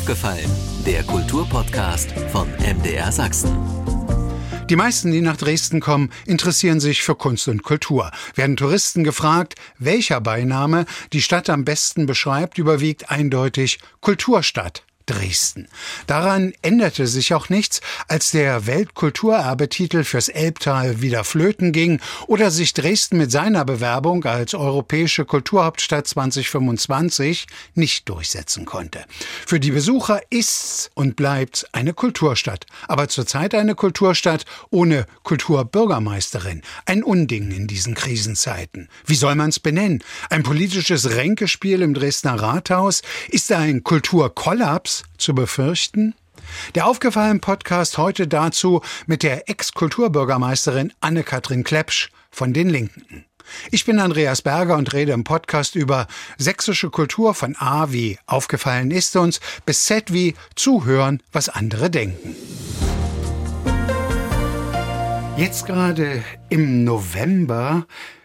aufgefallen? Der Kulturpodcast von MDR Sachsen. Die meisten, die nach Dresden kommen, interessieren sich für Kunst und Kultur. Werden Touristen gefragt, welcher Beiname die Stadt am besten beschreibt, überwiegt eindeutig Kulturstadt Dresden. Daran änderte sich auch nichts, als der Weltkulturerbetitel fürs Elbtal wieder flöten ging oder sich Dresden mit seiner Bewerbung als europäische Kulturhauptstadt 2025 nicht durchsetzen konnte. Für die Besucher ist's und bleibt's eine Kulturstadt, aber zurzeit eine Kulturstadt ohne Kulturbürgermeisterin. Ein Unding in diesen Krisenzeiten. Wie soll man's benennen? Ein politisches Ränkespiel im Dresdner Rathaus? Ist da ein Kulturkollaps zu befürchten? Der Aufgefallen-Podcast heute dazu mit der Ex-Kulturbürgermeisterin Anne-Kathrin Klepsch von den Linken. Ich bin Andreas Berger und rede im Podcast über sächsische Kultur von A wie aufgefallen ist uns bis Z wie zuhören, was andere denken. Jetzt gerade im November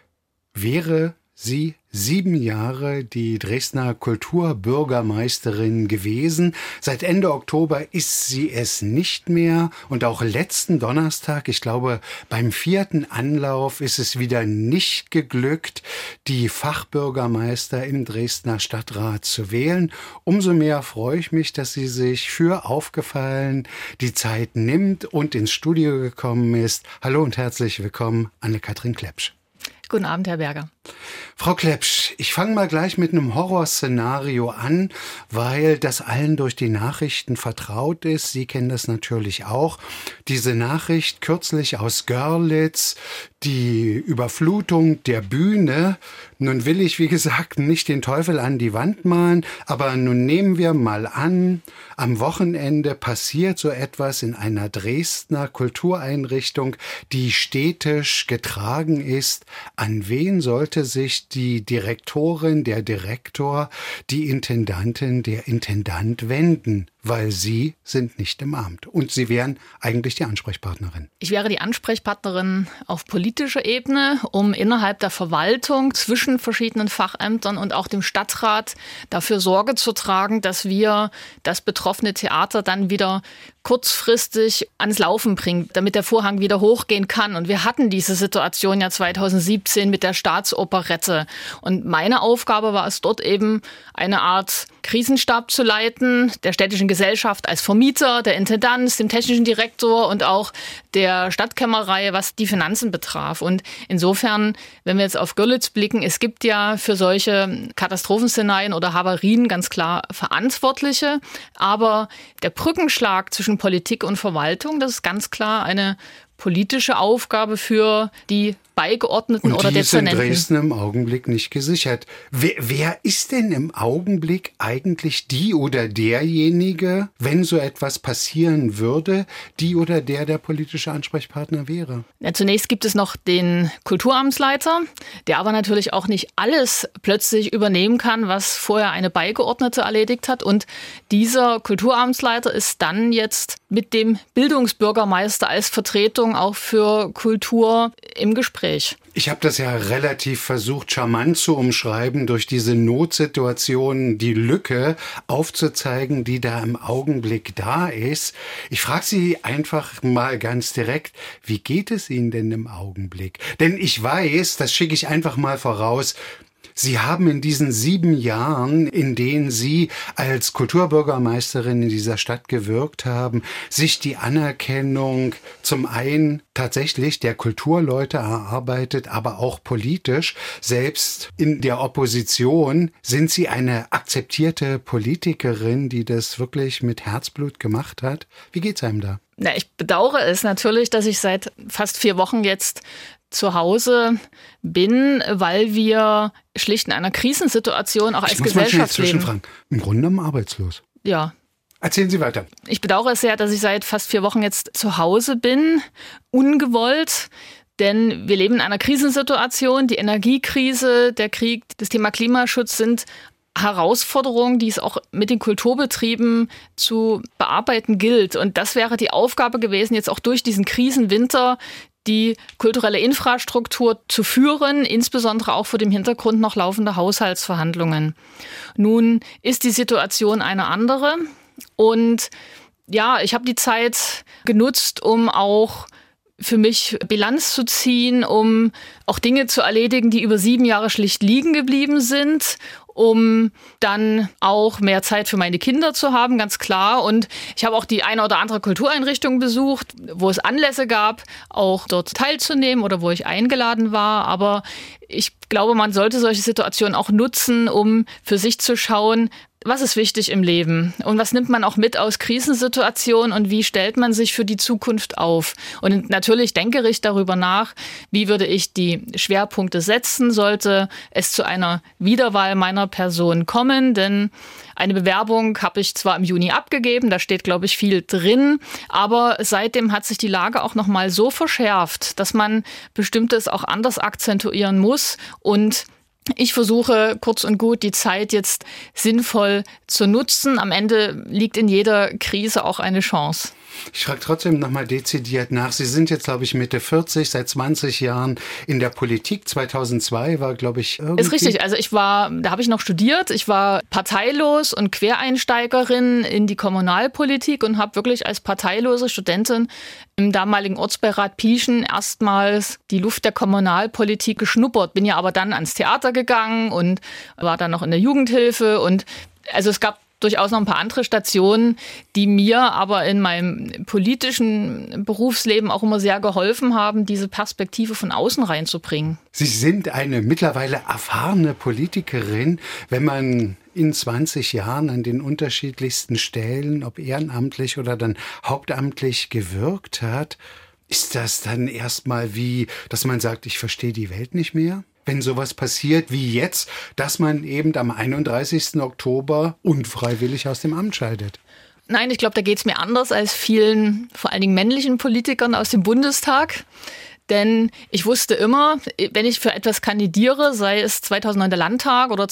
wäre sie 7 Jahre die Dresdner Kulturbürgermeisterin gewesen. Seit Ende Oktober ist sie es nicht mehr. Und auch letzten Donnerstag, ich glaube beim 4. Anlauf, ist es wieder nicht geglückt, die Fachbürgermeister im Dresdner Stadtrat zu wählen. Umso mehr freue ich mich, dass sie sich für aufgefallen die Zeit nimmt und ins Studio gekommen ist. Hallo und herzlich willkommen, Anne-Kathrin Klepsch. Guten Abend, Herr Berger. Frau Klepsch, ich fange mal gleich mit einem Horrorszenario an, weil das allen durch die Nachrichten vertraut ist. Sie kennen das natürlich auch. Diese Nachricht kürzlich aus Görlitz, die Überflutung der Bühne. Nun will ich, wie gesagt, nicht den Teufel an die Wand malen, aber nun nehmen wir mal an, am Wochenende passiert so etwas in einer Dresdner Kultureinrichtung, die städtisch getragen ist. An wen sollte sich die Direktorin, der Direktor, die Intendantin, der Intendant wenden? Weil Sie sind nicht im Amt und Sie wären eigentlich die Ansprechpartnerin. Ich wäre die Ansprechpartnerin auf politischer Ebene, um innerhalb der Verwaltung zwischen verschiedenen Fachämtern und auch dem Stadtrat dafür Sorge zu tragen, dass wir das betroffene Theater dann wieder kurzfristig ans Laufen bringen, damit der Vorhang wieder hochgehen kann. Und wir hatten diese Situation ja 2017 mit der Staatsoperette. Und meine Aufgabe war es dort eben, eine Art Krisenstab zu leiten, der städtischen Gesellschaft als Vermieter, der Intendanz, dem technischen Direktor und auch der Stadtkämmerei, was die Finanzen betraf. Und insofern, wenn wir jetzt auf Görlitz blicken, es gibt ja für solche Katastrophenszenarien oder Havarien ganz klar Verantwortliche. Aber der Brückenschlag zwischen Politik und Verwaltung, das ist ganz klar eine politische Aufgabe für die Beigeordneten oder Dezernenten. Und die ist in Dresden im Augenblick nicht gesichert. Wer ist denn im Augenblick eigentlich die oder derjenige, wenn so etwas passieren würde, die oder der politische Ansprechpartner wäre? Ja, zunächst gibt es noch den Kulturamtsleiter, der aber natürlich auch nicht alles plötzlich übernehmen kann, was vorher eine Beigeordnete erledigt hat. Und dieser Kulturamtsleiter ist dann jetzt mit dem Bildungsbürgermeister als Vertretung auch für Kultur im Gespräch. Ich habe das ja relativ versucht, charmant zu umschreiben, durch diese Notsituation die Lücke aufzuzeigen, die da im Augenblick da ist. Ich frage Sie einfach mal ganz direkt, wie geht es Ihnen denn im Augenblick? Denn ich weiß, das schicke ich einfach mal voraus, Sie haben in diesen 7 Jahren, in denen Sie als Kulturbürgermeisterin in dieser Stadt gewirkt haben, sich die Anerkennung zum einen tatsächlich der Kulturleute erarbeitet, aber auch politisch. Selbst in der Opposition sind Sie eine akzeptierte Politikerin, die das wirklich mit Herzblut gemacht hat. Wie geht's einem da? Na, ich bedauere es natürlich, dass ich seit fast 4 Wochen jetzt zu Hause bin, weil wir schlicht in einer Krisensituation auch als Gesellschaft leben. Im Grunde genommen arbeitslos. Ja. Erzählen Sie weiter. Ich bedauere es sehr, dass ich seit fast 4 Wochen jetzt zu Hause bin, ungewollt. Denn wir leben in einer Krisensituation. Die Energiekrise, der Krieg, das Thema Klimaschutz sind Herausforderungen, die es auch mit den Kulturbetrieben zu bearbeiten gilt. Und das wäre die Aufgabe gewesen, jetzt auch durch diesen Krisenwinter die kulturelle Infrastruktur zu führen, insbesondere auch vor dem Hintergrund noch laufender Haushaltsverhandlungen. Nun ist die Situation eine andere. Und ja, ich habe die Zeit genutzt, um auch für mich Bilanz zu ziehen, um auch Dinge zu erledigen, die über 7 Jahre schlicht liegen geblieben sind, um dann auch mehr Zeit für meine Kinder zu haben, ganz klar. Und ich habe auch die eine oder andere Kultureinrichtung besucht, wo es Anlässe gab, auch dort teilzunehmen oder wo ich eingeladen war. Aber ich glaube, man sollte solche Situationen auch nutzen, um für sich zu schauen, was ist wichtig im Leben und was nimmt man auch mit aus Krisensituationen und wie stellt man sich für die Zukunft auf? Und natürlich denke ich darüber nach, wie würde ich die Schwerpunkte setzen, sollte es zu einer Wiederwahl meiner Person kommen, denn eine Bewerbung habe ich zwar im Juni abgegeben, da steht, glaube ich, viel drin, aber seitdem hat sich die Lage auch noch mal so verschärft, dass man Bestimmtes auch anders akzentuieren muss und ich versuche kurz und gut, die Zeit jetzt sinnvoll zu nutzen. Am Ende liegt in jeder Krise auch eine Chance. Ich frage trotzdem nochmal dezidiert nach. Sie sind jetzt, glaube ich, Mitte 40, seit 20 Jahren in der Politik. 2002 war, glaube ich, irgendwie... Ist richtig. Also da habe ich noch studiert. Ich war parteilos und Quereinsteigerin in die Kommunalpolitik und habe wirklich als parteilose Studentin im damaligen Ortsbeirat Pieschen erstmals die Luft der Kommunalpolitik geschnuppert. Bin ja aber dann ans Theater gegangen und war dann noch in der Jugendhilfe. Und also es gab durchaus noch ein paar andere Stationen, die mir aber in meinem politischen Berufsleben auch immer sehr geholfen haben, diese Perspektive von außen reinzubringen. Sie sind eine mittlerweile erfahrene Politikerin. Wenn man in 20 Jahren an den unterschiedlichsten Stellen, ob ehrenamtlich oder dann hauptamtlich gewirkt hat, ist das dann erstmal wie, dass man sagt, ich verstehe die Welt nicht mehr? Wenn sowas passiert wie jetzt, dass man eben am 31. Oktober unfreiwillig aus dem Amt scheidet? Nein, ich glaube, da geht es mir anders als vielen, vor allen Dingen männlichen Politikern aus dem Bundestag. Denn ich wusste immer, wenn ich für etwas kandidiere, sei es 2009 der Landtag oder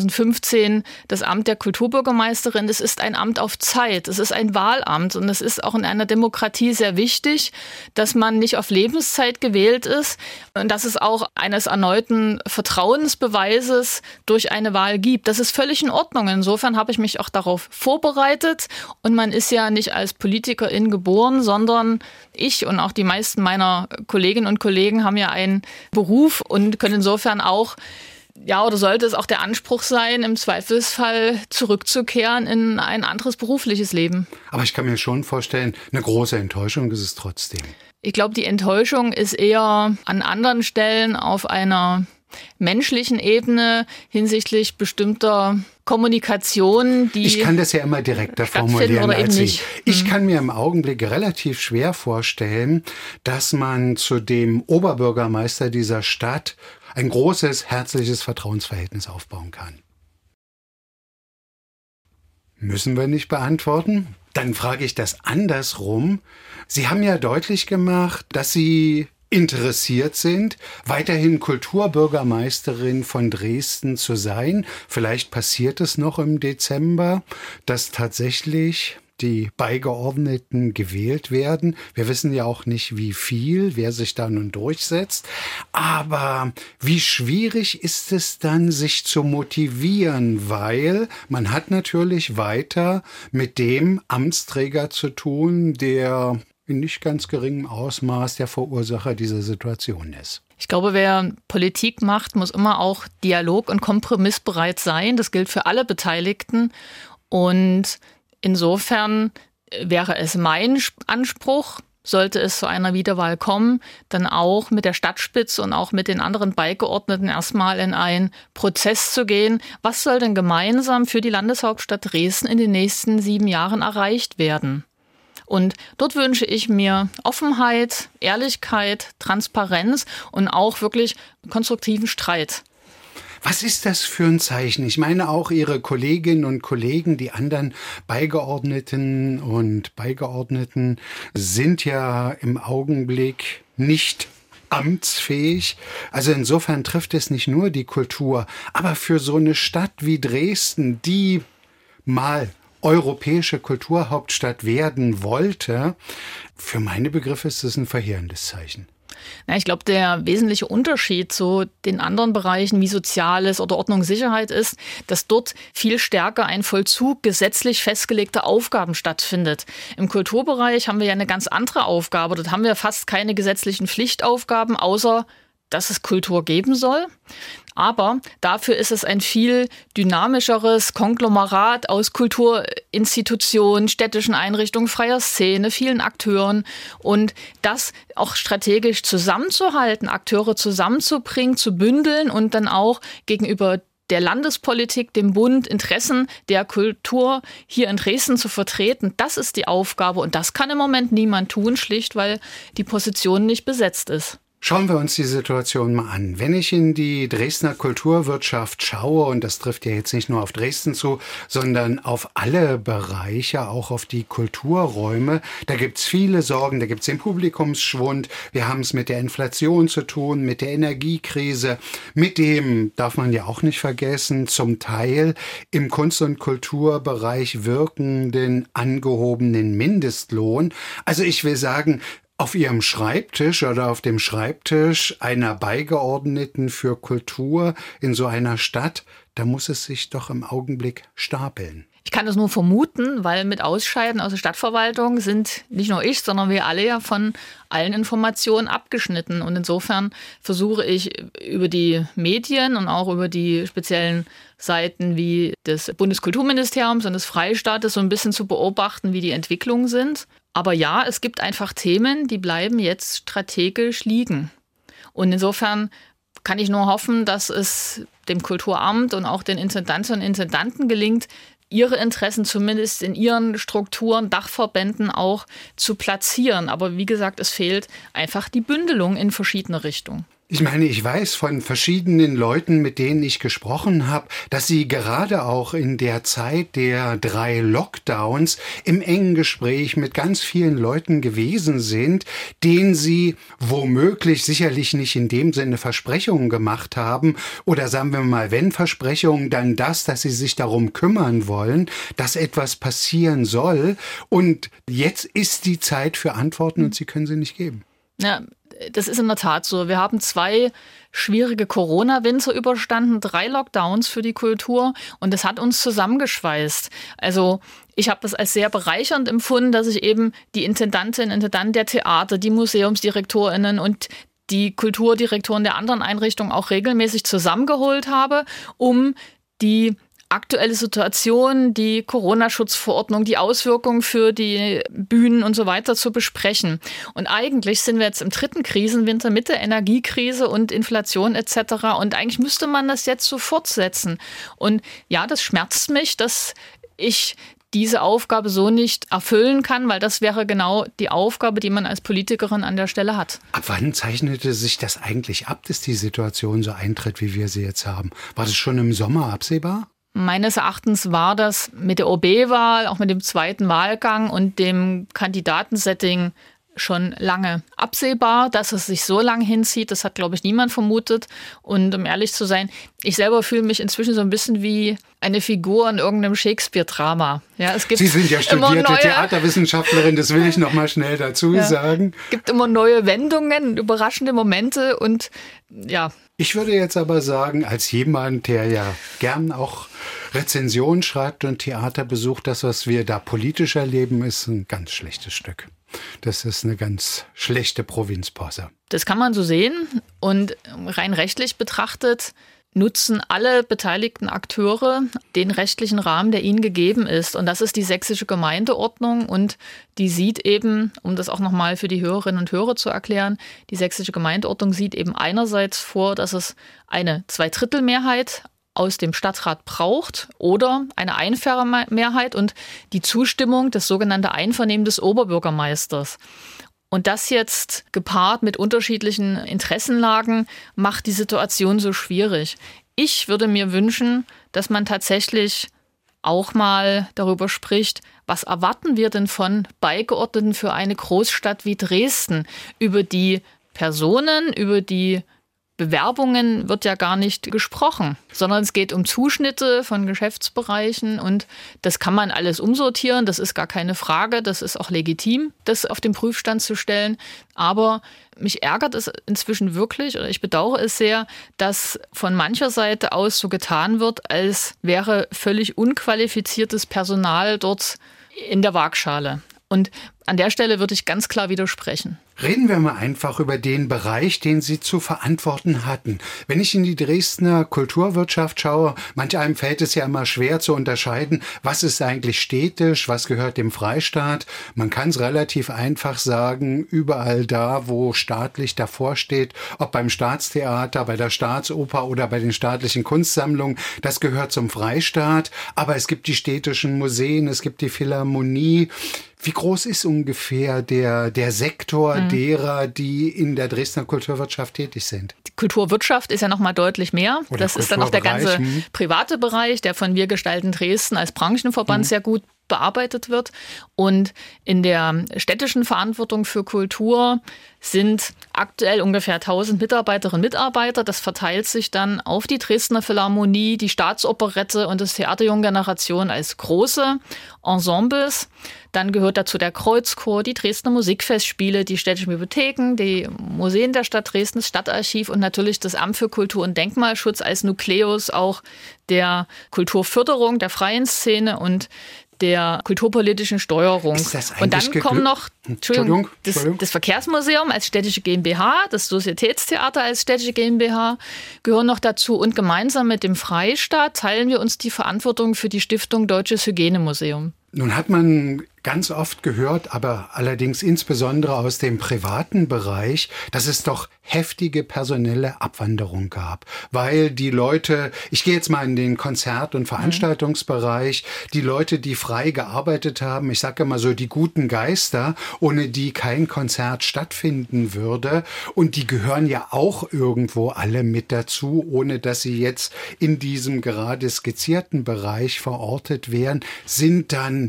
2015 das Amt der Kulturbürgermeisterin, es ist ein Amt auf Zeit, es ist ein Wahlamt und es ist auch in einer Demokratie sehr wichtig, dass man nicht auf Lebenszeit gewählt ist und dass es auch eines erneuten Vertrauensbeweises durch eine Wahl gibt. Das ist völlig in Ordnung. Insofern habe ich mich auch darauf vorbereitet und man ist ja nicht als Politikerin geboren, sondern ich und auch die meisten meiner Kolleginnen und Kollegen haben ja einen Beruf und können insofern auch, ja, oder sollte es auch der Anspruch sein, im Zweifelsfall zurückzukehren in ein anderes berufliches Leben. Aber ich kann mir schon vorstellen, eine große Enttäuschung ist es trotzdem. Ich glaube, die Enttäuschung ist eher an anderen Stellen auf einer menschlichen Ebene hinsichtlich bestimmter Kommunikation, die... Ich kann das ja immer direkter formulieren als Sie. Ich kann mir im Augenblick relativ schwer vorstellen, dass man zu dem Oberbürgermeister dieser Stadt ein großes, herzliches Vertrauensverhältnis aufbauen kann. Müssen wir nicht beantworten? Dann frage ich das andersrum. Sie haben ja deutlich gemacht, dass Sie interessiert sind, weiterhin Kulturbürgermeisterin von Dresden zu sein. Vielleicht passiert es noch im Dezember, dass tatsächlich die Beigeordneten gewählt werden. Wir wissen ja auch nicht, wie viel, wer sich da nun durchsetzt. Aber wie schwierig ist es dann, sich zu motivieren? Weil man hat natürlich weiter mit dem Amtsträger zu tun, der in nicht ganz geringem Ausmaß der Verursacher dieser Situation ist. Ich glaube, wer Politik macht, muss immer auch dialog- und kompromissbereit sein. Das gilt für alle Beteiligten. Und insofern wäre es mein Anspruch, sollte es zu einer Wiederwahl kommen, dann auch mit der Stadtspitze und auch mit den anderen Beigeordneten erstmal in einen Prozess zu gehen. Was soll denn gemeinsam für die Landeshauptstadt Dresden in den nächsten 7 Jahren erreicht werden? Und dort wünsche ich mir Offenheit, Ehrlichkeit, Transparenz und auch wirklich konstruktiven Streit. Was ist das für ein Zeichen? Ich meine auch Ihre Kolleginnen und Kollegen, die anderen Beigeordneten und Beigeordneten sind ja im Augenblick nicht amtsfähig. Also insofern trifft es nicht nur die Kultur, aber für so eine Stadt wie Dresden, die mal europäische Kulturhauptstadt werden wollte, für meine Begriffe ist es ein verheerendes Zeichen. Na, ich glaube, der wesentliche Unterschied zu den anderen Bereichen wie Soziales oder Ordnung, Sicherheit ist, dass dort viel stärker ein Vollzug gesetzlich festgelegter Aufgaben stattfindet. Im Kulturbereich haben wir ja eine ganz andere Aufgabe. Dort haben wir fast keine gesetzlichen Pflichtaufgaben, außer dass es Kultur geben soll. Aber dafür ist es ein viel dynamischeres Konglomerat aus Kulturinstitutionen, städtischen Einrichtungen, freier Szene, vielen Akteuren. Und das auch strategisch zusammenzuhalten, Akteure zusammenzubringen, zu bündeln und dann auch gegenüber der Landespolitik, dem Bund, Interessen der Kultur hier in Dresden zu vertreten, das ist die Aufgabe. Und das kann im Moment niemand tun, schlicht weil die Position nicht besetzt ist. Schauen wir uns die Situation mal an. Wenn ich in die Dresdner Kulturwirtschaft schaue, und das trifft ja jetzt nicht nur auf Dresden zu, sondern auf alle Bereiche, auch auf die Kulturräume, da gibt's viele Sorgen, da gibt's den Publikumsschwund, wir haben es mit der Inflation zu tun, mit der Energiekrise, mit dem, darf man ja auch nicht vergessen, zum Teil im Kunst- und Kulturbereich wirkenden angehobenen Mindestlohn. Also ich will sagen, auf Ihrem Schreibtisch oder auf dem Schreibtisch einer Beigeordneten für Kultur in so einer Stadt, da muss es sich doch im Augenblick stapeln. Ich kann das nur vermuten, weil mit Ausscheiden aus der Stadtverwaltung sind nicht nur ich, sondern wir alle ja von allen Informationen abgeschnitten. Und insofern versuche ich über die Medien und auch über die speziellen Seiten wie des Bundeskulturministeriums und des Freistaates so ein bisschen zu beobachten, wie die Entwicklungen sind. Aber ja, es gibt einfach Themen, die bleiben jetzt strategisch liegen. Und insofern kann ich nur hoffen, dass es dem Kulturamt und auch den Intendantinnen und Intendanten gelingt, ihre Interessen zumindest in ihren Strukturen, Dachverbänden auch zu platzieren. Aber wie gesagt, es fehlt einfach die Bündelung in verschiedene Richtungen. Ich meine, ich weiß von verschiedenen Leuten, mit denen ich gesprochen habe, dass sie gerade auch in der Zeit der 3 Lockdowns im engen Gespräch mit ganz vielen Leuten gewesen sind, denen sie womöglich sicherlich nicht in dem Sinne Versprechungen gemacht haben oder sagen wir mal, wenn Versprechungen, dann das, dass sie sich darum kümmern wollen, dass etwas passieren soll. Und jetzt ist die Zeit für Antworten und sie können sie nicht geben. Ja, das ist in der Tat so. Wir haben 2 schwierige Corona-Winter überstanden, 3 Lockdowns für die Kultur und das hat uns zusammengeschweißt. Also ich habe das als sehr bereichernd empfunden, dass ich eben die Intendantinnen und Intendanten der Theater, die MuseumsdirektorInnen und die Kulturdirektoren der anderen Einrichtungen auch regelmäßig zusammengeholt habe, um die aktuelle Situation, die Corona-Schutzverordnung, die Auswirkungen für die Bühnen und so weiter zu besprechen. Und eigentlich sind wir jetzt im 3. Krisenwinter mit der Energiekrise und Inflation etc. Und eigentlich müsste man das jetzt so fortsetzen. Und ja, das schmerzt mich, dass ich diese Aufgabe so nicht erfüllen kann, weil das wäre genau die Aufgabe, die man als Politikerin an der Stelle hat. Ab wann zeichnete sich das eigentlich ab, dass die Situation so eintritt, wie wir sie jetzt haben? War das schon im Sommer absehbar? Meines Erachtens war das mit der OB-Wahl, auch mit dem 2. Wahlgang und dem Kandidatensetting schon lange absehbar. Dass es sich so lang hinzieht, das hat, glaube ich, niemand vermutet. Und um ehrlich zu sein, ich selber fühle mich inzwischen so ein bisschen wie eine Figur in irgendeinem Shakespeare-Drama. Ja, es gibt Sie sind ja studierte Theaterwissenschaftlerin, das will ich noch mal schnell dazu sagen. Es gibt immer neue Wendungen, überraschende Momente und ja. Ich würde jetzt aber sagen, als jemand, der ja gern auch Rezensionen schreibt und Theater besucht, das, was wir da politisch erleben, ist ein ganz schlechtes Stück. Das ist eine ganz schlechte Provinzposse. Das kann man so sehen und rein rechtlich betrachtet nutzen alle beteiligten Akteure den rechtlichen Rahmen, der ihnen gegeben ist. Und das ist die sächsische Gemeindeordnung und die sieht eben, um das auch nochmal für die Hörerinnen und Hörer zu erklären, die sächsische Gemeindeordnung sieht eben einerseits vor, dass es eine 2/3 aus dem Stadtrat braucht oder eine Einfachermehrheit und die Zustimmung, das sogenannte Einvernehmen des Oberbürgermeisters. Und das jetzt gepaart mit unterschiedlichen Interessenlagen macht die Situation so schwierig. Ich würde mir wünschen, dass man tatsächlich auch mal darüber spricht, was erwarten wir denn von Beigeordneten für eine Großstadt wie Dresden? Über die Personen, über die Bewerbungen wird ja gar nicht gesprochen, sondern es geht um Zuschnitte von Geschäftsbereichen und das kann man alles umsortieren, das ist gar keine Frage, das ist auch legitim, das auf den Prüfstand zu stellen. Aber mich ärgert es inzwischen wirklich, oder ich bedauere es sehr, dass von mancher Seite aus so getan wird, als wäre völlig unqualifiziertes Personal dort in der Waagschale. Und an der Stelle würde ich ganz klar widersprechen. Reden wir mal einfach über den Bereich, den Sie zu verantworten hatten. Wenn ich in die Dresdner Kulturwirtschaft schaue, manch einem fällt es ja immer schwer zu unterscheiden, was ist eigentlich städtisch, was gehört dem Freistaat. Man kann es relativ einfach sagen, überall da, wo staatlich davor steht, ob beim Staatstheater, bei der Staatsoper oder bei den staatlichen Kunstsammlungen, das gehört zum Freistaat. Aber es gibt die städtischen Museen, es gibt die Philharmonie. Wie groß ist ungefähr der Sektor derer, die in der Dresdner Kulturwirtschaft tätig sind? Die Kulturwirtschaft ist ja noch mal deutlich mehr. Oder das ist dann auch der ganze private Bereich, der von Wir gestalten Dresden als Branchenverband sehr gut bearbeitet wird. Und in der städtischen Verantwortung für Kultur sind aktuell ungefähr 1000 Mitarbeiterinnen und Mitarbeiter. Das verteilt sich dann auf die Dresdner Philharmonie, die Staatsoperette und das Theater Junge Generation als große Ensembles. Dann gehört dazu der Kreuzchor, die Dresdner Musikfestspiele, die städtischen Bibliotheken, die Museen der Stadt Dresden, das Stadtarchiv und natürlich das Amt für Kultur- und Denkmalschutz als Nukleus auch der Kulturförderung, der freien Szene und der kulturpolitischen Steuerung. Ist das und dann kommen noch das Verkehrsmuseum als städtische GmbH, das Sozietätstheater als städtische GmbH gehören noch dazu. Und gemeinsam mit dem Freistaat teilen wir uns die Verantwortung für die Stiftung Deutsches Hygienemuseum. Nun hat man ganz oft gehört, aber allerdings insbesondere aus dem privaten Bereich, dass es doch heftige personelle Abwanderung gab. Weil die Leute, ich gehe jetzt mal in den Konzert- und Veranstaltungsbereich, die Leute, die frei gearbeitet haben, ich sage immer so die guten Geister, ohne die kein Konzert stattfinden würde. Und die gehören ja auch irgendwo alle mit dazu, ohne dass sie jetzt in diesem gerade skizzierten Bereich verortet wären, sind dann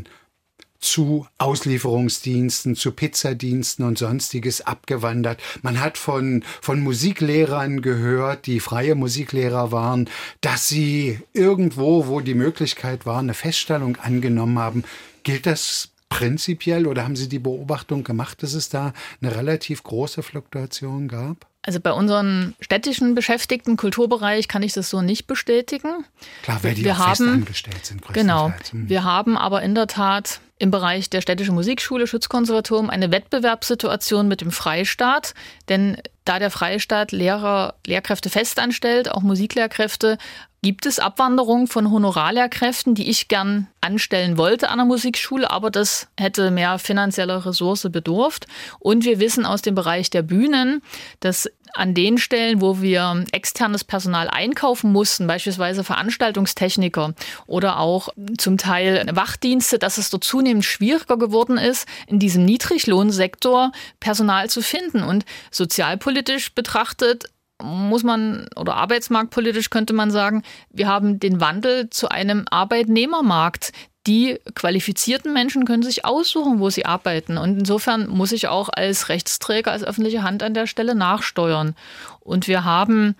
zu Auslieferungsdiensten, zu Pizzadiensten und Sonstiges abgewandert. Man hat von Musiklehrern gehört, die freie Musiklehrer waren, dass sie irgendwo, wo die Möglichkeit war, eine Feststellung angenommen haben. Gilt das prinzipiell oder haben Sie die Beobachtung gemacht, dass es da eine relativ große Fluktuation gab? Also bei unseren städtischen Beschäftigten, Kulturbereich, kann ich das so nicht bestätigen. Klar, weil die auch fest angestellt sind. Genau. Wir haben aber in der Tat im Bereich der Städtischen Musikschule, Schutzkonservatorium eine Wettbewerbssituation mit dem Freistaat. Denn da der Freistaat Lehrkräfte festanstellt, auch Musiklehrkräfte, gibt es Abwanderung von Honorarlehrkräften, die ich gern anstellen wollte an der Musikschule, aber das hätte mehr finanzieller Ressource bedurft. Und wir wissen aus dem Bereich der Bühnen, dass an den Stellen, wo wir externes Personal einkaufen mussten, beispielsweise Veranstaltungstechniker oder auch zum Teil Wachdienste, dass es dort zunehmend schwieriger geworden ist, in diesem Niedriglohnsektor Personal zu finden. Und sozialpolitisch betrachtet muss man, oder arbeitsmarktpolitisch könnte man sagen, wir haben den Wandel zu einem Arbeitnehmermarkt. Die qualifizierten Menschen können sich aussuchen, wo sie arbeiten. Und insofern muss ich auch als Rechtsträger, als öffentliche Hand an der Stelle nachsteuern. Und wir haben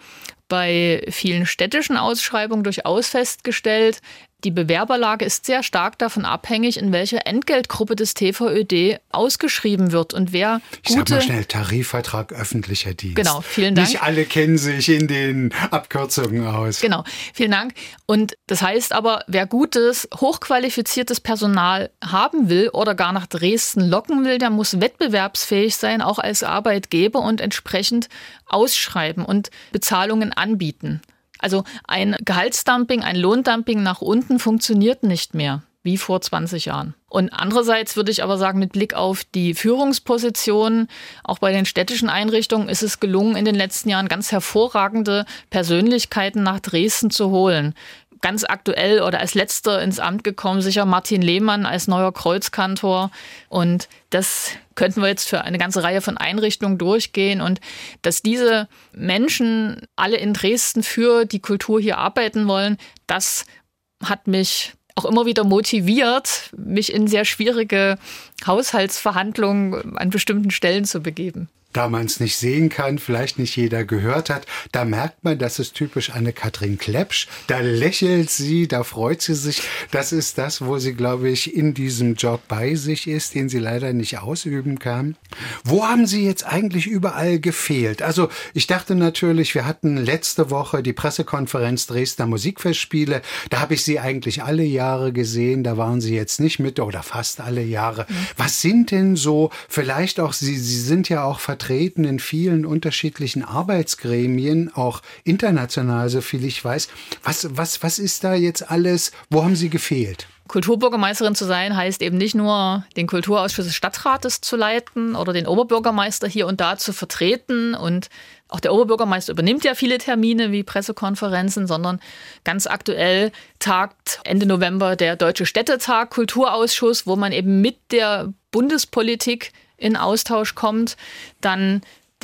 bei vielen städtischen Ausschreibungen durchaus festgestellt, die Bewerberlage ist sehr stark davon abhängig, in welcher Entgeltgruppe des TVÖD ausgeschrieben wird und wer Ich sag mal schnell, Tarifvertrag öffentlicher Dienst. Genau, vielen Dank. Nicht alle kennen sich in den Abkürzungen aus. Genau, vielen Dank. Und das heißt aber, wer gutes, hochqualifiziertes Personal haben will oder gar nach Dresden locken will, der muss wettbewerbsfähig sein, auch als Arbeitgeber und entsprechend ausschreiben und Bezahlungen anbieten. Also ein Gehaltsdumping, ein Lohndumping nach unten funktioniert nicht mehr, wie vor 20 Jahren. Und andererseits würde ich aber sagen, mit Blick auf die Führungspositionen, auch bei den städtischen Einrichtungen ist es gelungen, in den letzten Jahren ganz hervorragende Persönlichkeiten nach Dresden zu holen. Ganz aktuell oder als letzter ins Amt gekommen, sicher Martin Lehmann als neuer Kreuzkantor. Und das könnten wir jetzt für eine ganze Reihe von Einrichtungen durchgehen. Und dass diese Menschen alle in Dresden für die Kultur hier arbeiten wollen, das hat mich auch immer wieder motiviert, mich in sehr schwierige Haushaltsverhandlungen an bestimmten Stellen zu begeben. Da man es nicht sehen kann, vielleicht nicht jeder gehört hat, da merkt man, das ist typisch Anne-Kathrin Klepsch. Da lächelt sie, da freut sie sich. Das ist das, wo sie, glaube ich, in diesem Job bei sich ist, den sie leider nicht ausüben kann. Wo haben Sie jetzt eigentlich überall gefehlt? Also ich dachte natürlich, wir hatten letzte Woche die Pressekonferenz Dresdner Musikfestspiele. Da habe ich Sie eigentlich alle Jahre gesehen. Da waren Sie jetzt nicht mit oder fast alle Jahre. Was sind denn so, vielleicht auch, Sie sind ja auch vertreten in vielen unterschiedlichen Arbeitsgremien, auch international, so viel ich weiß. Was ist da jetzt alles? Wo haben Sie gefehlt? Kulturbürgermeisterin zu sein heißt eben nicht nur, den Kulturausschuss des Stadtrates zu leiten oder den Oberbürgermeister hier und da zu vertreten. Und auch der Oberbürgermeister übernimmt ja viele Termine wie Pressekonferenzen, sondern ganz aktuell tagt Ende November der Deutsche Städtetag Kulturausschuss, wo man eben mit der Bundespolitik in Austausch kommt, dann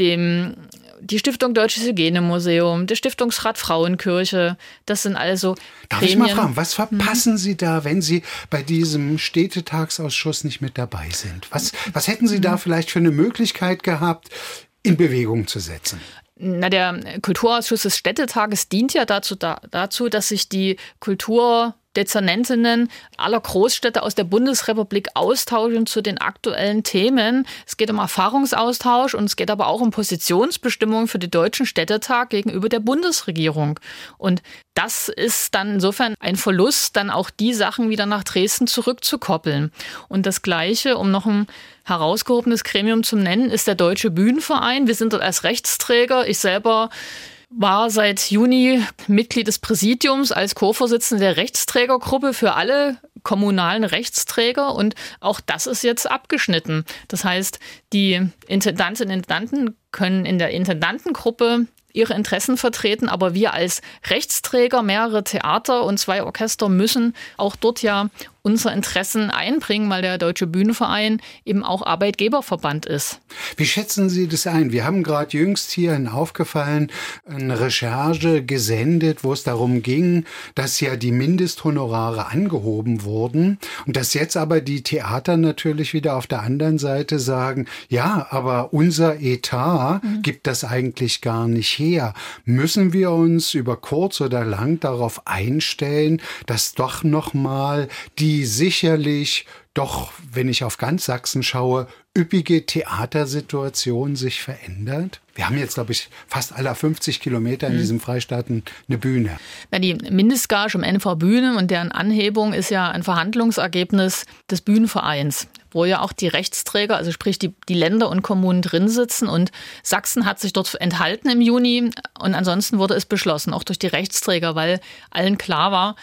die Stiftung Deutsches Hygienemuseum, der Stiftungsrat Frauenkirche, das sind also Darf Gremien. ich mal fragen, was verpassen Sie da, wenn Sie bei diesem Städtetagsausschuss nicht mit dabei sind? Was hätten Sie da vielleicht für eine Möglichkeit gehabt, in Bewegung zu setzen? Der Kulturausschuss des Städtetages dient ja dazu, dass sich die Kulturdezernentinnen aller Großstädte aus der Bundesrepublik austauschen zu den aktuellen Themen. Es geht um Erfahrungsaustausch und es geht aber auch um Positionsbestimmung für den Deutschen Städtetag gegenüber der Bundesregierung. Und das ist dann insofern ein Verlust, dann auch die Sachen wieder nach Dresden zurückzukoppeln. Und das Gleiche, um noch ein herausgehobenes Gremium zu nennen, ist der Deutsche Bühnenverein. Wir sind dort als Rechtsträger. Ich selber war seit Juni Mitglied des Präsidiums als Co-Vorsitzende der Rechtsträgergruppe für alle kommunalen Rechtsträger und auch das ist jetzt abgeschnitten. Das heißt, die Intendantinnen und Intendanten können in der Intendantengruppe ihre Interessen vertreten, aber wir als Rechtsträger, mehrere Theater und 2 Orchester müssen auch dort ja unsere Interessen einbringen, weil der Deutsche Bühnenverein eben auch Arbeitgeberverband ist. Wie schätzen Sie das ein? Wir haben gerade jüngst hier eine Recherche gesendet, wo es darum ging, dass ja die Mindesthonorare angehoben wurden und dass jetzt aber die Theater natürlich wieder auf der anderen Seite sagen, ja, aber unser Etat gibt das eigentlich gar nicht her. Müssen wir uns über kurz oder lang darauf einstellen, dass doch nochmal die sicherlich doch, wenn ich auf ganz Sachsen schaue, üppige Theatersituation sich verändert? Wir haben jetzt, glaube ich, fast alle 50 Kilometer in diesem Freistaat eine Bühne. Ja, die Mindestgage im NV Bühne und deren Anhebung ist ja ein Verhandlungsergebnis des Bühnenvereins, wo ja auch die Rechtsträger, also sprich die Länder und Kommunen drin sitzen. Und Sachsen hat sich dort enthalten im Juni und ansonsten wurde es beschlossen, auch durch die Rechtsträger, weil allen klar war,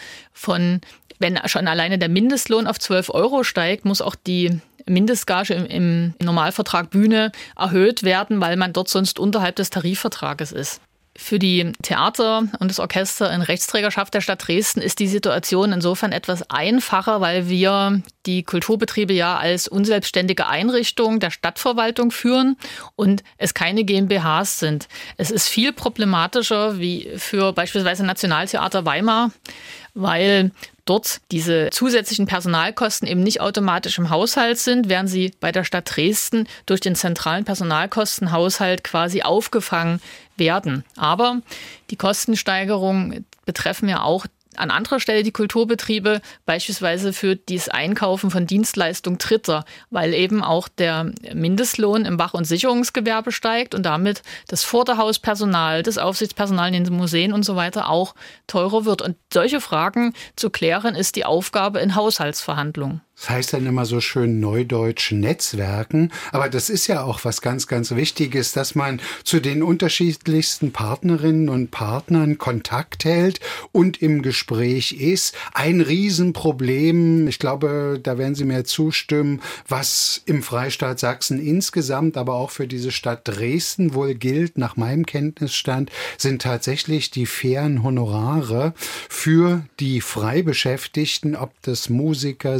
wenn schon alleine der Mindestlohn auf 12 € steigt, muss auch die Mindestgage im Normalvertrag Bühne erhöht werden, weil man dort sonst unterhalb des Tarifvertrages ist. Für die Theater und das Orchester in Rechtsträgerschaft der Stadt Dresden ist die Situation insofern etwas einfacher, weil wir die Kulturbetriebe ja als unselbstständige Einrichtung der Stadtverwaltung führen und es keine GmbHs sind. Es ist viel problematischer wie für beispielsweise Nationaltheater Weimar, weil dort diese zusätzlichen Personalkosten eben nicht automatisch im Haushalt sind, während sie bei der Stadt Dresden durch den zentralen Personalkostenhaushalt quasi aufgefangen werden. Aber die Kostensteigerungen betreffen ja auch an anderer Stelle die Kulturbetriebe, beispielsweise für das Einkaufen von Dienstleistungen Dritter, weil eben auch der Mindestlohn im Wach- und Sicherungsgewerbe steigt und damit das Vorderhauspersonal, das Aufsichtspersonal in den Museen und so weiter auch teurer wird. Und solche Fragen zu klären, ist die Aufgabe in Haushaltsverhandlungen. Das heißt dann immer so schön neudeutsch Netzwerken. Aber das ist ja auch was ganz, ganz Wichtiges, dass man zu den unterschiedlichsten Partnerinnen und Partnern Kontakt hält und im Gespräch ist. Ein Riesenproblem, ich glaube, da werden Sie mir zustimmen, was im Freistaat Sachsen insgesamt, aber auch für diese Stadt Dresden wohl gilt, nach meinem Kenntnisstand, sind tatsächlich die fairen Honorare für die Freibeschäftigten, ob das Musiker sind,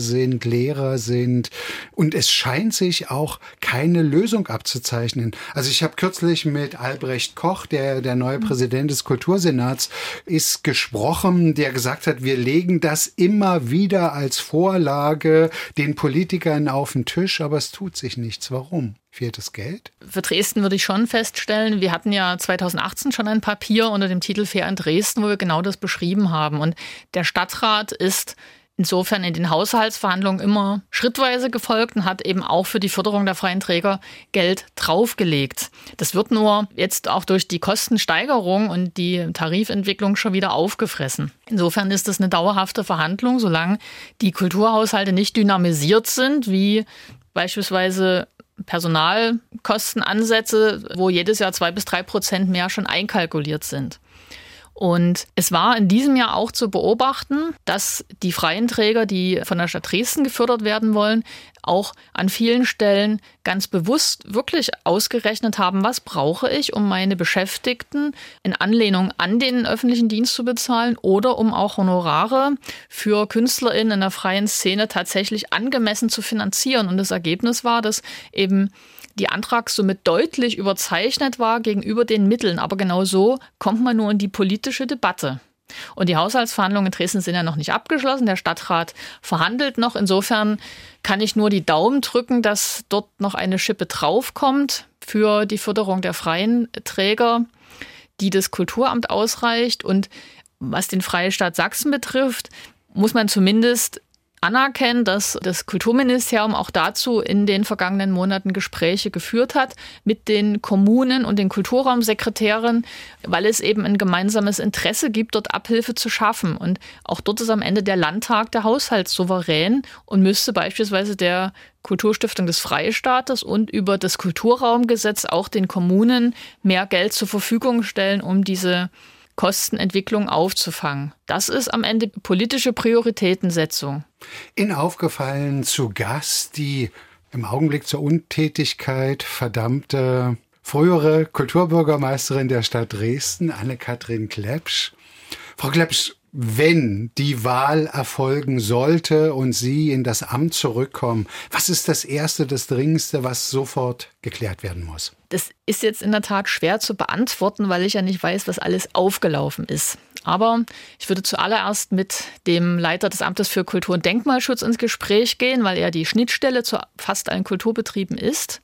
und Lehrer sind. Und es scheint sich auch keine Lösung abzuzeichnen. Also ich habe kürzlich mit Albrecht Koch, der neue Präsident des Kultursenats ist, gesprochen, der gesagt hat, wir legen das immer wieder als Vorlage den Politikern auf den Tisch, aber es tut sich nichts. Warum? Fehlt das Geld? Für Dresden würde ich schon feststellen, wir hatten ja 2018 schon ein Papier unter dem Titel Fair in Dresden, wo wir genau das beschrieben haben. Und der Stadtrat ist insofern in den Haushaltsverhandlungen immer schrittweise gefolgt und hat eben auch für die Förderung der freien Träger Geld draufgelegt. Das wird nur jetzt auch durch die Kostensteigerung und die Tarifentwicklung schon wieder aufgefressen. Insofern ist das eine dauerhafte Verhandlung, solange die Kulturhaushalte nicht dynamisiert sind, wie beispielsweise Personalkostenansätze, wo jedes Jahr 2-3% mehr schon einkalkuliert sind. Und es war in diesem Jahr auch zu beobachten, dass die freien Träger, die von der Stadt Dresden gefördert werden wollen, auch an vielen Stellen ganz bewusst wirklich ausgerechnet haben, was brauche ich, um meine Beschäftigten in Anlehnung an den öffentlichen Dienst zu bezahlen oder um auch Honorare für KünstlerInnen in der freien Szene tatsächlich angemessen zu finanzieren. Und das Ergebnis war, dass eben die Antragssumme deutlich überzeichnet war gegenüber den Mitteln. Aber genau so kommt man nur in die politische Debatte. Und die Haushaltsverhandlungen in Dresden sind ja noch nicht abgeschlossen. Der Stadtrat verhandelt noch. Insofern kann ich nur die Daumen drücken, dass dort noch eine Schippe draufkommt für die Förderung der freien Träger, die das Kulturamt ausreicht. Und was den Freistaat Sachsen betrifft, muss man zumindest anerkennen, dass das Kulturministerium auch dazu in den vergangenen Monaten Gespräche geführt hat mit den Kommunen und den Kulturraumsekretären, weil es eben ein gemeinsames Interesse gibt, dort Abhilfe zu schaffen. Und auch dort ist am Ende der Landtag der Haushaltssouverän und müsste beispielsweise der Kulturstiftung des Freistaates und über das Kulturraumgesetz auch den Kommunen mehr Geld zur Verfügung stellen, um diese Kostenentwicklung aufzufangen. Das ist am Ende politische Prioritätensetzung. Ihnen aufgefallen zu Gast die im Augenblick zur Untätigkeit verdammte frühere Kulturbürgermeisterin der Stadt Dresden, Anne-Kathrin Klepsch. Frau Klepsch, wenn die Wahl erfolgen sollte und Sie in das Amt zurückkommen, was ist das Erste, das Dringendste, was sofort geklärt werden muss? Das ist jetzt in der Tat schwer zu beantworten, weil ich ja nicht weiß, was alles aufgelaufen ist. Aber ich würde zuallererst mit dem Leiter des Amtes für Kultur- und Denkmalschutz ins Gespräch gehen, weil er die Schnittstelle zu fast allen Kulturbetrieben ist.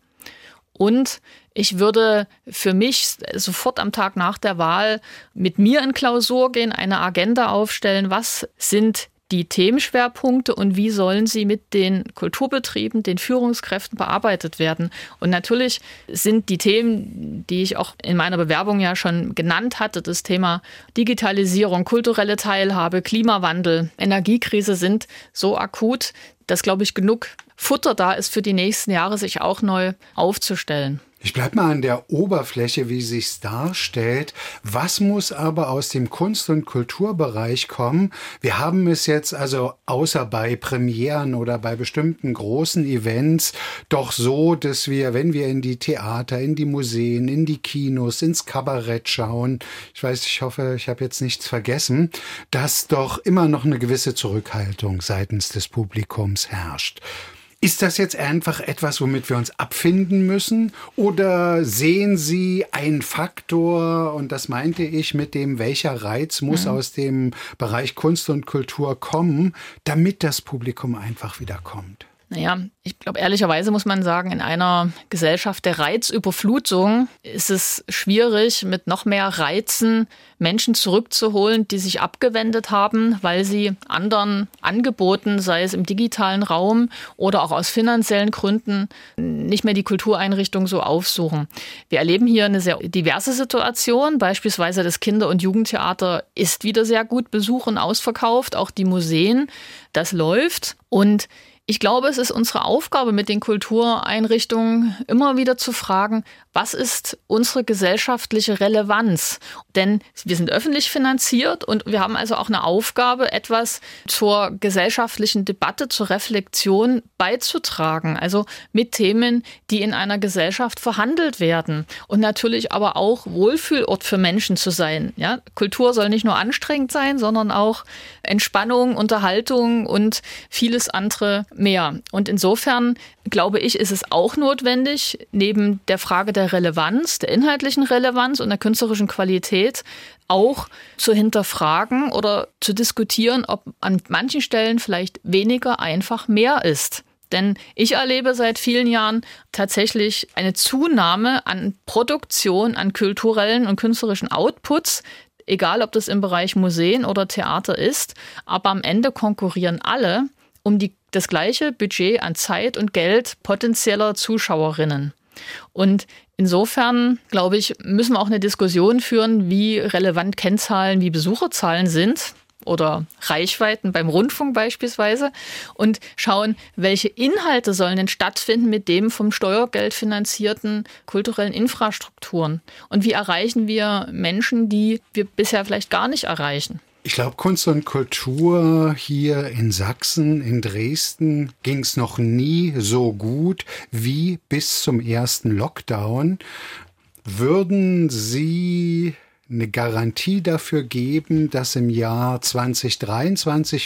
Und ich würde für mich sofort am Tag nach der Wahl mit mir in Klausur gehen, eine Agenda aufstellen. Was sind die Themenschwerpunkte und wie sollen sie mit den Kulturbetrieben, den Führungskräften bearbeitet werden? Und natürlich sind die Themen, die ich auch in meiner Bewerbung ja schon genannt hatte, das Thema Digitalisierung, kulturelle Teilhabe, Klimawandel, Energiekrise sind so akut, dass, glaube ich, genug Futter da ist für die nächsten Jahre, sich auch neu aufzustellen. Ich bleibe mal an der Oberfläche, wie sich's darstellt. Was muss aber aus dem Kunst- und Kulturbereich kommen? Wir haben es jetzt also außer bei Premieren oder bei bestimmten großen Events doch so, dass wir, wenn wir in die Theater, in die Museen, in die Kinos, ins Kabarett schauen, ich hoffe, ich habe jetzt nichts vergessen, dass doch immer noch eine gewisse Zurückhaltung seitens des Publikums herrscht. Ist das jetzt einfach etwas, womit wir uns abfinden müssen? Oder sehen Sie einen Faktor, und das meinte ich mit dem, welcher Reiz muss aus dem Bereich Kunst und Kultur kommen, damit das Publikum einfach wieder kommt? Naja, ich glaube, ehrlicherweise muss man sagen, in einer Gesellschaft der Reizüberflutung ist es schwierig, mit noch mehr Reizen Menschen zurückzuholen, die sich abgewendet haben, weil sie anderen Angeboten, sei es im digitalen Raum oder auch aus finanziellen Gründen, nicht mehr die Kultureinrichtung so aufsuchen. Wir erleben hier eine sehr diverse Situation. Beispielsweise das Kinder- und Jugendtheater ist wieder sehr gut besucht und ausverkauft, auch die Museen, das läuft. Und ich glaube, es ist unsere Aufgabe, Aufgabe mit den Kultureinrichtungen, immer wieder zu fragen, was ist unsere gesellschaftliche Relevanz? Denn wir sind öffentlich finanziert und wir haben also auch eine Aufgabe, etwas zur gesellschaftlichen Debatte, zur Reflexion beizutragen. Also mit Themen, die in einer Gesellschaft verhandelt werden. Und natürlich aber auch Wohlfühlort für Menschen zu sein. Ja? Kultur soll nicht nur anstrengend sein, sondern auch Entspannung, Unterhaltung und vieles andere mehr. Und insofern glaube ich, ist es auch notwendig, neben der Frage der Relevanz, der inhaltlichen Relevanz und der künstlerischen Qualität auch zu hinterfragen oder zu diskutieren, ob an manchen Stellen vielleicht weniger einfach mehr ist. Denn ich erlebe seit vielen Jahren tatsächlich eine Zunahme an Produktion, an kulturellen und künstlerischen Outputs, egal ob das im Bereich Museen oder Theater ist. Aber am Ende konkurrieren alle um das gleiche Budget an Zeit und Geld potenzieller Zuschauerinnen. Und insofern, glaube ich, müssen wir auch eine Diskussion führen, wie relevant Kennzahlen wie Besucherzahlen sind oder Reichweiten beim Rundfunk beispielsweise und schauen, welche Inhalte sollen denn stattfinden mit dem vom Steuergeld finanzierten kulturellen Infrastrukturen und wie erreichen wir Menschen, die wir bisher vielleicht gar nicht erreichen. Ich glaube, Kunst und Kultur hier in Sachsen, in Dresden, ging es noch nie so gut wie bis zum ersten Lockdown. Würden Sie eine Garantie dafür geben, dass im Jahr 2023,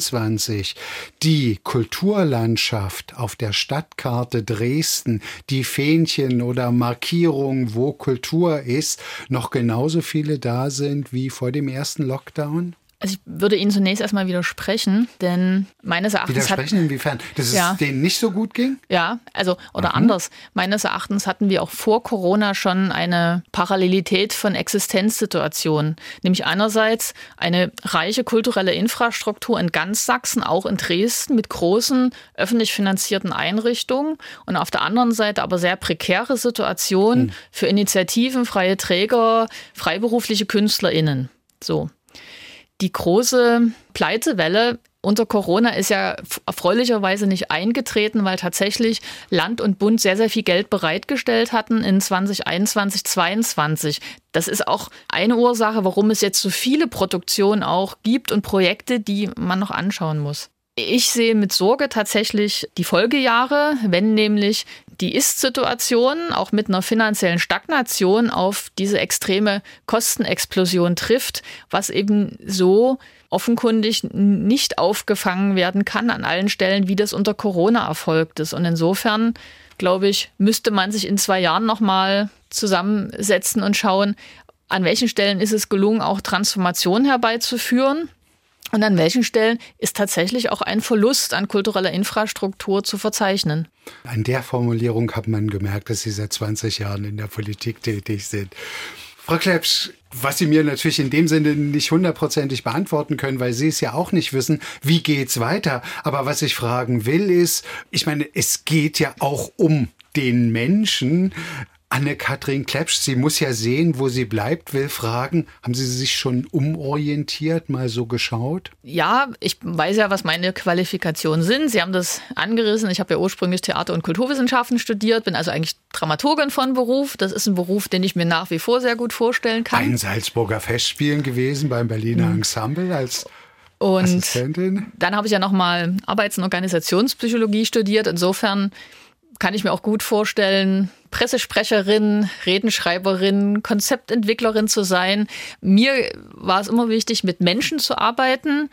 2024 die Kulturlandschaft auf der Stadtkarte Dresden, die Fähnchen oder Markierungen, wo Kultur ist, noch genauso viele da sind wie vor dem ersten Lockdown? Also ich würde Ihnen zunächst erstmal widersprechen, denn meines Erachtens Widersprechen inwiefern? Dass es denen nicht so gut ging? Ja, also oder anders. Meines Erachtens hatten wir auch vor Corona schon eine Parallelität von Existenzsituationen. Nämlich einerseits eine reiche kulturelle Infrastruktur in ganz Sachsen, auch in Dresden, mit großen öffentlich finanzierten Einrichtungen und auf der anderen Seite aber sehr prekäre Situationen für Initiativen, freie Träger, freiberufliche KünstlerInnen. So. Die große Pleitewelle unter Corona ist ja erfreulicherweise nicht eingetreten, weil tatsächlich Land und Bund sehr, sehr viel Geld bereitgestellt hatten in 2021, 2022. Das ist auch eine Ursache, warum es jetzt so viele Produktionen auch gibt und Projekte, die man noch anschauen muss. Ich sehe mit Sorge tatsächlich die Folgejahre, wenn nämlich die Ist-Situation auch mit einer finanziellen Stagnation auf diese extreme Kostenexplosion trifft, was eben so offenkundig nicht aufgefangen werden kann an allen Stellen, wie das unter Corona erfolgt ist. Und insofern, glaube ich, müsste man sich in 2 Jahren nochmal zusammensetzen und schauen, an welchen Stellen ist es gelungen, auch Transformation herbeizuführen. Und an welchen Stellen ist tatsächlich auch ein Verlust an kultureller Infrastruktur zu verzeichnen? An der Formulierung hat man gemerkt, dass Sie seit 20 Jahren in der Politik tätig sind. Frau Klepsch, was Sie mir natürlich in dem Sinne nicht 100%ig beantworten können, weil Sie es ja auch nicht wissen, wie geht's weiter? Aber was ich fragen will ist, ich meine, es geht ja auch um den Menschen. Anne-Kathrin Klepsch, sie muss ja sehen, wo sie bleibt, will fragen, haben Sie sich schon umorientiert, mal so geschaut? Ja, ich weiß ja, was meine Qualifikationen sind. Sie haben das angerissen. Ich habe ja ursprünglich Theater- und Kulturwissenschaften studiert, bin also eigentlich Dramaturgin von Beruf. Das ist ein Beruf, den ich mir nach wie vor sehr gut vorstellen kann. Bei den Salzburger Festspielen gewesen, beim Berliner Ensemble als Assistentin. Dann habe ich ja nochmal Arbeits- und Organisationspsychologie studiert. Insofern kann ich mir auch gut vorstellen, Pressesprecherin, Redenschreiberin, Konzeptentwicklerin zu sein. Mir war es immer wichtig, mit Menschen zu arbeiten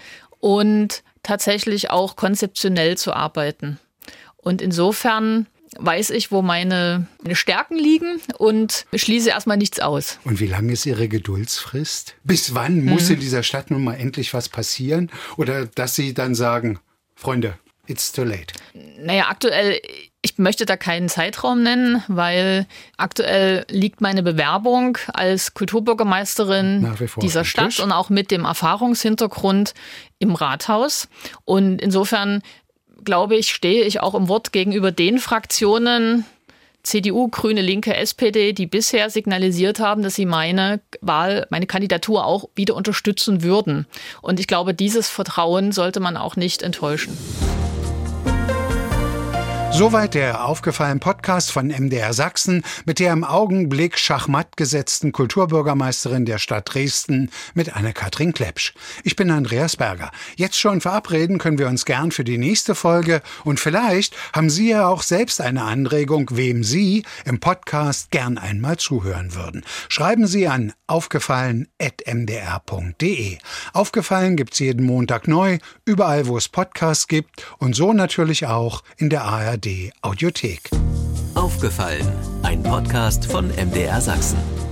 und tatsächlich auch konzeptionell zu arbeiten. Und insofern weiß ich, wo meine Stärken liegen und schließe erstmal nichts aus. Und wie lange ist Ihre Geduldsfrist? Bis wann muss in dieser Stadt nun mal endlich was passieren? Oder dass Sie dann sagen, Freunde, it's too late? Naja, aktuell, ich möchte da keinen Zeitraum nennen, weil aktuell liegt meine Bewerbung als Kulturbürgermeisterin dieser Stadt und auch mit dem Erfahrungshintergrund im Rathaus. Und insofern, glaube ich, stehe ich auch im Wort gegenüber den Fraktionen, CDU, Grüne, Linke, SPD, die bisher signalisiert haben, dass sie meine Kandidatur auch wieder unterstützen würden. Und ich glaube, dieses Vertrauen sollte man auch nicht enttäuschen. Soweit der Aufgefallen-Podcast von MDR Sachsen mit der im Augenblick schachmatt gesetzten Kulturbürgermeisterin der Stadt Dresden, mit Anne-Kathrin Klepsch. Ich bin Andreas Berger. Jetzt schon verabreden können wir uns gern für die nächste Folge und vielleicht haben Sie ja auch selbst eine Anregung, wem Sie im Podcast gern einmal zuhören würden. Schreiben Sie an aufgefallen@mdr.de. Aufgefallen gibt's jeden Montag neu, überall wo es Podcasts gibt und so natürlich auch in der ARD Audiothek. Aufgefallen, ein Podcast von MDR Sachsen.